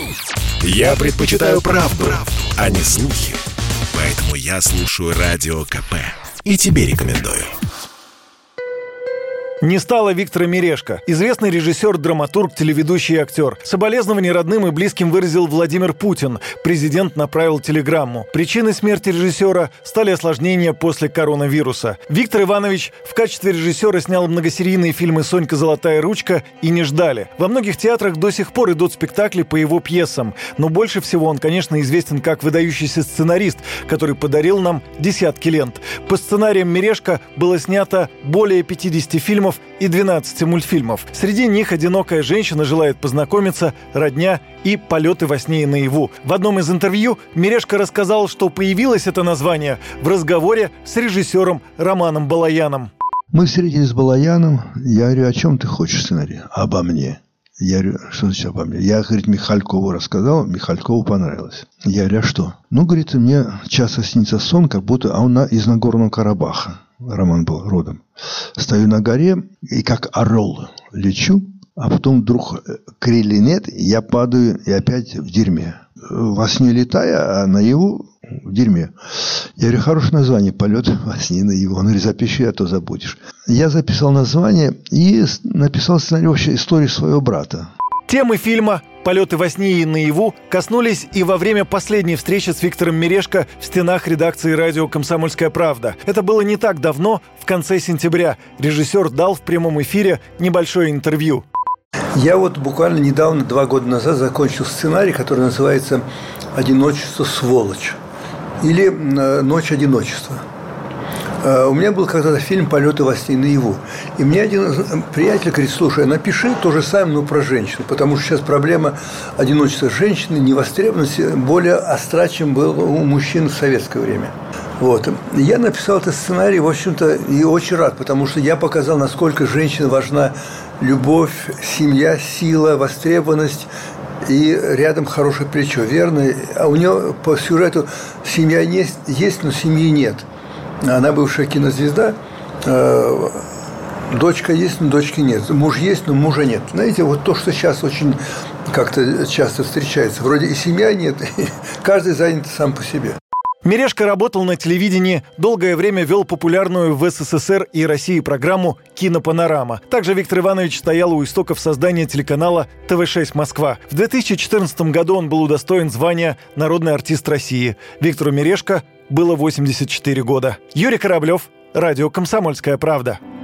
Я предпочитаю правду, а не слухи. Поэтому я слушаю Радио КП. И тебе рекомендую. Не стало Виктора Мережко. Известный режиссер, драматург, телеведущий и актер. Соболезнования родным и близким выразил Владимир Путин. Президент направил телеграмму. Причиной смерти режиссера стали осложнения после коронавируса. Виктор Иванович в качестве режиссера снял многосерийные фильмы «Сонька, золотая ручка» и «Не ждали». Во многих театрах до сих пор идут спектакли по его пьесам. Но больше всего он, конечно, известен как выдающийся сценарист, который подарил нам десятки лент. По сценариям Мережко было снято более 50 фильмов и 12 мультфильмов. Среди них «Одинокая женщина желает познакомиться», «Родня» и «Полеты во сне и наяву». В одном из интервью Мережко рассказал, что появилось это название в разговоре с режиссером Романом Балаяном. Мы встретились с Балаяном. Я говорю, о чем ты хочешь сценарий? Обо мне. Я говорю, что значит обо мне? Я, говорит, Михалькову рассказал, Михалькову понравилось. Я говорю, а что? Ну, говорит, мне часто снится сон, как будто он из Нагорного Карабаха. Роман был родом. Стою на горе и как орел лечу, а потом вдруг крылья нет, и я падаю и опять в дерьме. Во сне летая, а наяву в дерьме. Я говорю, хорошее название, «Полет во сне и наяву». Он говорит, запиши, а то забудешь. Я записал название и написал сценарий вообще истории своего брата. Темы фильма «Полеты во сне и наяву» коснулись и во время последней встречи с Виктором Мережко в стенах редакции радио «Комсомольская правда». Это было не так давно, в конце сентября. Режиссер дал в прямом эфире небольшое интервью. Я вот буквально недавно, 2 года назад, закончил сценарий, который называется «Одиночество, сволочь» или «Ночь одиночества». У меня был когда-то фильм «Полеты во сне и наяву». И мне один приятель говорит, слушай, напиши то же самое, но про женщину. Потому что сейчас проблема одиночества женщины, невостребованности более остра, чем был у мужчин в советское время. Вот. Я написал этот сценарий, в общем-то, и очень рад, потому что я показал, насколько женщине важна любовь, семья, сила, востребованность и рядом хорошее плечо, верно? А у нее по сюжету семья есть, но семьи нет. Она бывшая кинозвезда, дочка есть, но дочки нет. Муж есть, но мужа нет. Знаете, вот то, что сейчас очень как-то часто встречается. Вроде и семья нет, и каждый занят сам по себе. Мережко работал на телевидении, долгое время вел популярную в СССР и России программу «Кинопанорама». Также Виктор Иванович стоял у истоков создания телеканала ТВ-6 «Москва». В 2014 году он был удостоен звания «Народный артист России». Виктору Мережко было 84 года. Юрий Кораблев, радио «Комсомольская правда».